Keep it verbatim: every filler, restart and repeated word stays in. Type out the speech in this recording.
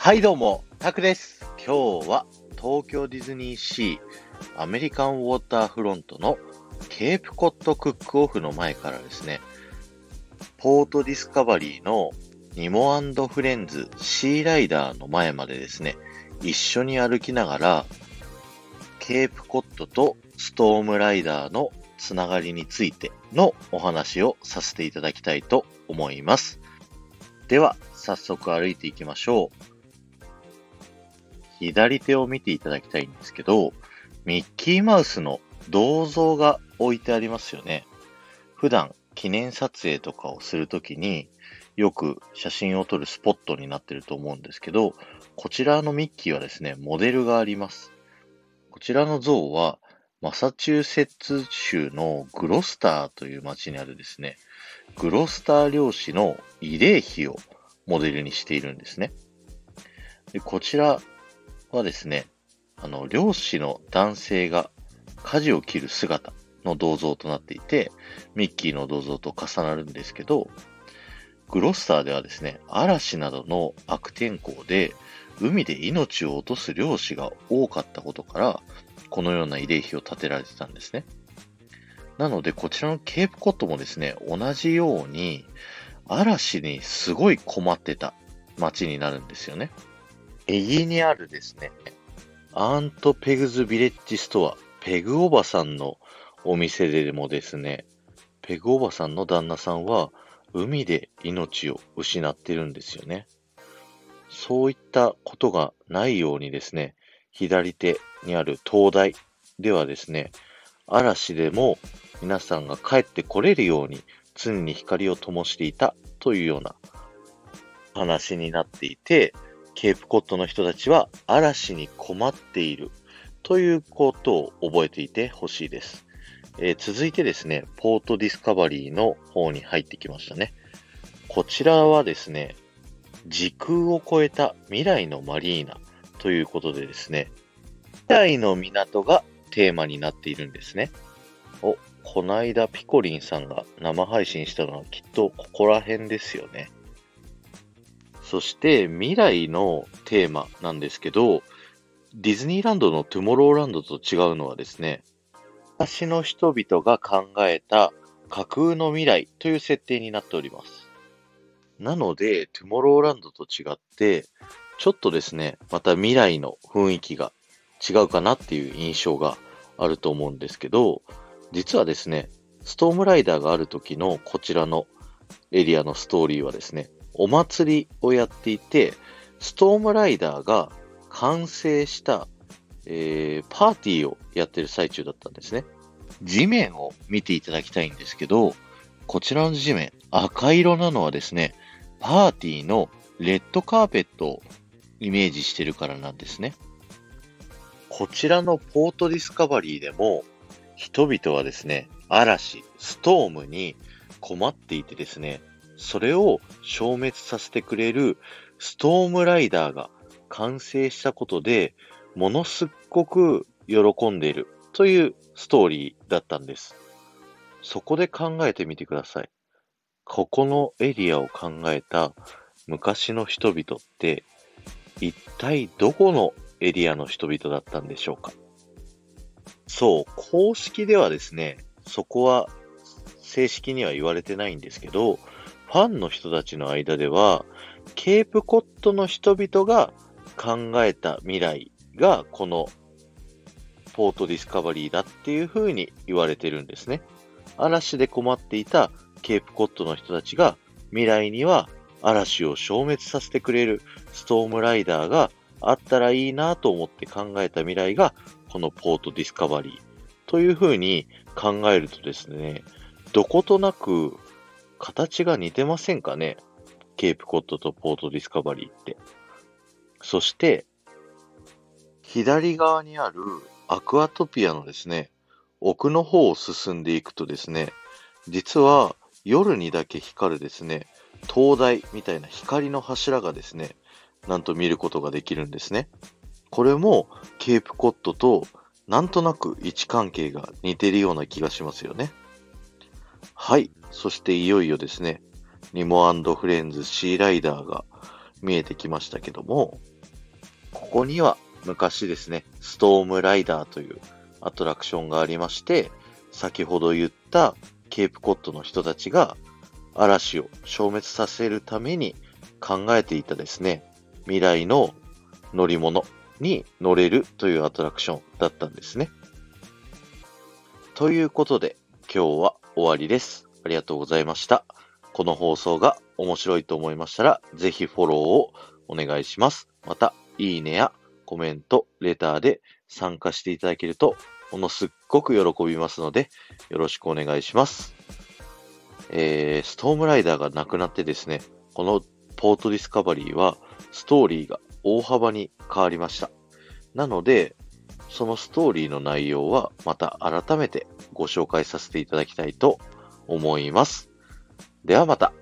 はいどうも、タクです。今日は東京ディズニーシーアメリカンウォーターフロントのケープコッドクックオフの前からですね、ポートディスカバリーのニモ&フレンズシーライダーの前までですね、一緒に歩きながら、ケープコッドとストームライダーのつながりについてのお話をさせていただきたいと思います。では、早速歩いていきましょう。左手を見ていただきたいんですけど、ミッキーマウスの銅像が置いてありますよね。普段記念撮影とかをするときによく写真を撮るスポットになっていると思うんですけど、こちらのミッキーはですね、モデルがあります。こちらの像はマサチューセッツ州のグロスターという町にあるですね、グロスター領主の慰霊碑をモデルにしているんですね。でこちらはですね、あの、漁師の男性が舵を切る姿の銅像となっていて、ミッキーの銅像と重なるんですけど、グロスターではですね、嵐などの悪天候で海で命を落とす漁師が多かったことから、このような慰霊碑を建てられてたんですね。なので、こちらのケープコッドもですね、同じように嵐にすごい困ってた町になるんですよね。エギにあるですね、アントペグズビレッジストア、ペグおばさんのお店でもですね、ペグおばさんの旦那さんは海で命を失ってるんですよね。そういったことがないようにですね、左手にある灯台ではですね、嵐でも皆さんが帰ってこれるように常に光を灯していたというような話になっていて、ケープコッドの人たちは嵐に困っているということを覚えていてほしいです。えー続いてですね、ポートディスカバリーの方に入ってきましたね。こちらはですね、時空を超えた未来のマリーナということでですね、未来の港がテーマになっているんですね。お、こないだピコリンさんが生配信したのはきっとここら辺ですよね。そして未来のテーマなんですけど、ディズニーランドのトゥモローランドと違うのはですね、昔の人々が考えた架空の未来という設定になっております。なので、トゥモローランドと違って、ちょっとですね、また未来の雰囲気が違うかなっていう印象があると思うんですけど、実はですね、ストームライダーがある時のこちらのエリアのストーリーはですね、お祭りをやっていて、ストームライダーが完成した、えーパーティーをやってる最中だったんですね。地面を見ていただきたいんですけど、こちらの地面、赤色なのはですね、パーティーのレッドカーペットをイメージしてるからなんですね。こちらのポートディスカバリーでも、人々はですね、嵐、ストームに困っていてですね、それを消滅させてくれるストームライダーが完成したことで、ものすっごく喜んでいるというストーリーだったんです。そこで考えてみてください。ここのエリアを考えた昔の人々って、一体どこのエリアの人々だったんでしょうか。そう、公式ではですね、そこは正式には言われてないんですけど、ファンの人たちの間では、ケープコッドの人々が考えた未来がこのポートディスカバリーだっていう風に言われてるんですね。嵐で困っていたケープコッドの人たちが未来には嵐を消滅させてくれるストームライダーがあったらいいなと思って考えた未来がこのポートディスカバリーという風に考えるとですね、どことなく形が似てませんかね、ケープコッドとポートディスカバリーって。そして左側にあるアクアトピアのですね、奥の方を進んでいくとですね、実は夜にだけ光るですね、灯台みたいな光の柱がですね、なんと見ることができるんですね。これもケープコッドとなんとなく位置関係が似ているような気がしますよね。はい。そしていよいよですね、ニモ&フレンズシーライダーが見えてきましたけども、 ここには昔ですね、ストームライダーというアトラクションがありまして、先ほど言ったケープコッドの人たちが嵐を消滅させるために考えていたですね、未来の乗り物に乗れるというアトラクションだったんですね。ということで、今日は終わりです。ありがとうございました。この放送が面白いと思いましたら、ぜひフォローをお願いします。また、いいねやコメント、レターで参加していただけると、ものすっごく喜びますので、よろしくお願いします。えー、ストームライダーがなくなってですね、このポートディスカバリーは、ストーリーが大幅に変わりました。なので、そのストーリーの内容はまた改めてご紹介させていただきたいと思います。ではまた。